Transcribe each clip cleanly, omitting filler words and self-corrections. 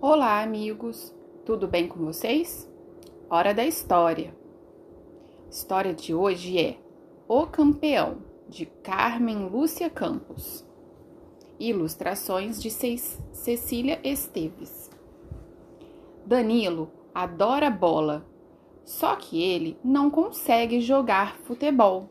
Olá, amigos! Tudo bem com vocês? Hora da história. A história de hoje é O Campeão, de Carmen Lúcia Campos. Ilustrações de Cecília Esteves. Danilo adora bola, só que ele não consegue jogar futebol.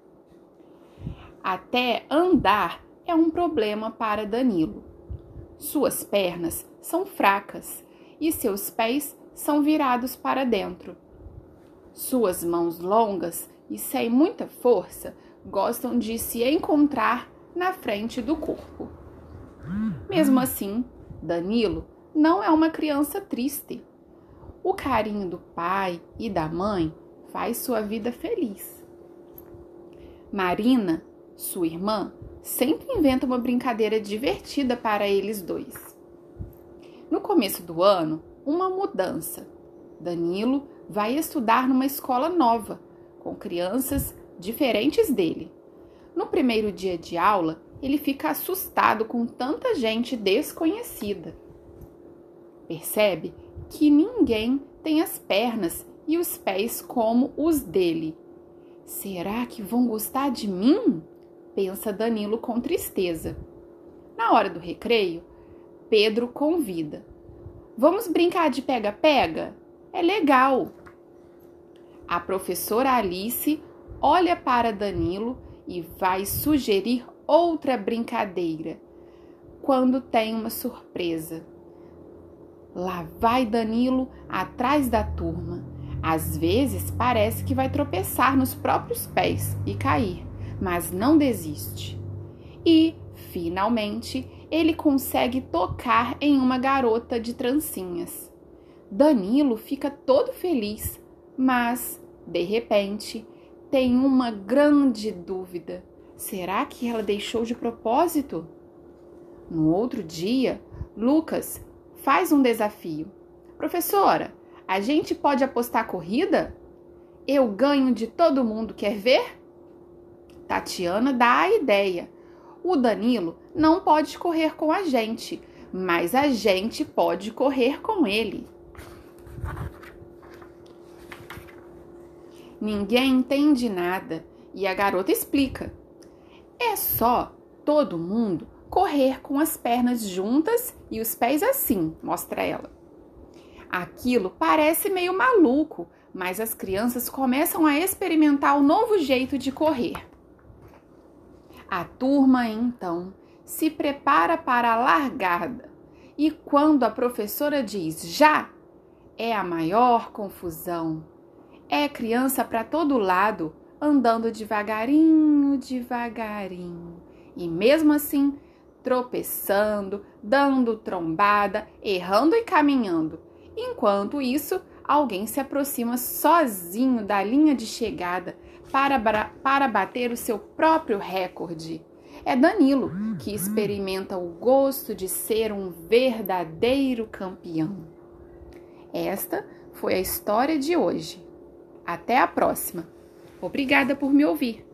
Até andar é um problema para Danilo. Suas pernas são fracas e seus pés são virados para dentro. Suas mãos longas e sem muita força gostam de se encontrar na frente do corpo. Mesmo assim, Danilo não é uma criança triste. O carinho do pai e da mãe faz sua vida feliz. Marina, sua irmã, sempre inventa uma brincadeira divertida para eles dois. No começo do ano, uma mudança. Danilo vai estudar numa escola nova, com crianças diferentes dele. No primeiro dia de aula, ele fica assustado com tanta gente desconhecida. Percebe que ninguém tem as pernas e os pés como os dele. Será que vão gostar de mim? Pensa Danilo com tristeza. Na hora do recreio, Pedro convida. Vamos brincar de pega-pega? É legal. A professora Alice olha para Danilo e vai sugerir outra brincadeira, quando tem uma surpresa. Lá vai Danilo atrás da turma. Às vezes parece que vai tropeçar nos próprios pés e cair, mas não desiste. E, finalmente, ele consegue tocar em uma garota de trancinhas. Danilo fica todo feliz, mas, de repente, tem uma grande dúvida. Será que ela deixou de propósito? No outro dia, Lucas faz um desafio. Professora, a gente pode apostar corrida? Eu ganho de todo mundo, quer ver? Tatiana dá a ideia. O Danilo não pode correr com a gente, mas a gente pode correr com ele. Ninguém entende nada e a garota explica. É só todo mundo correr com as pernas juntas e os pés assim, mostra ela. Aquilo parece meio maluco, mas as crianças começam a experimentar o novo jeito de correr. A turma, então, se prepara para a largada e quando a professora diz já, é a maior confusão. É criança para todo lado, andando devagarinho, devagarinho. E mesmo assim, tropeçando, dando trombada, errando e caminhando. Enquanto isso, alguém se aproxima sozinho da linha de chegada para bater o seu próprio recorde. É Danilo, que experimenta o gosto de ser um verdadeiro campeão. Esta foi a história de hoje. Até a próxima. Obrigada por me ouvir.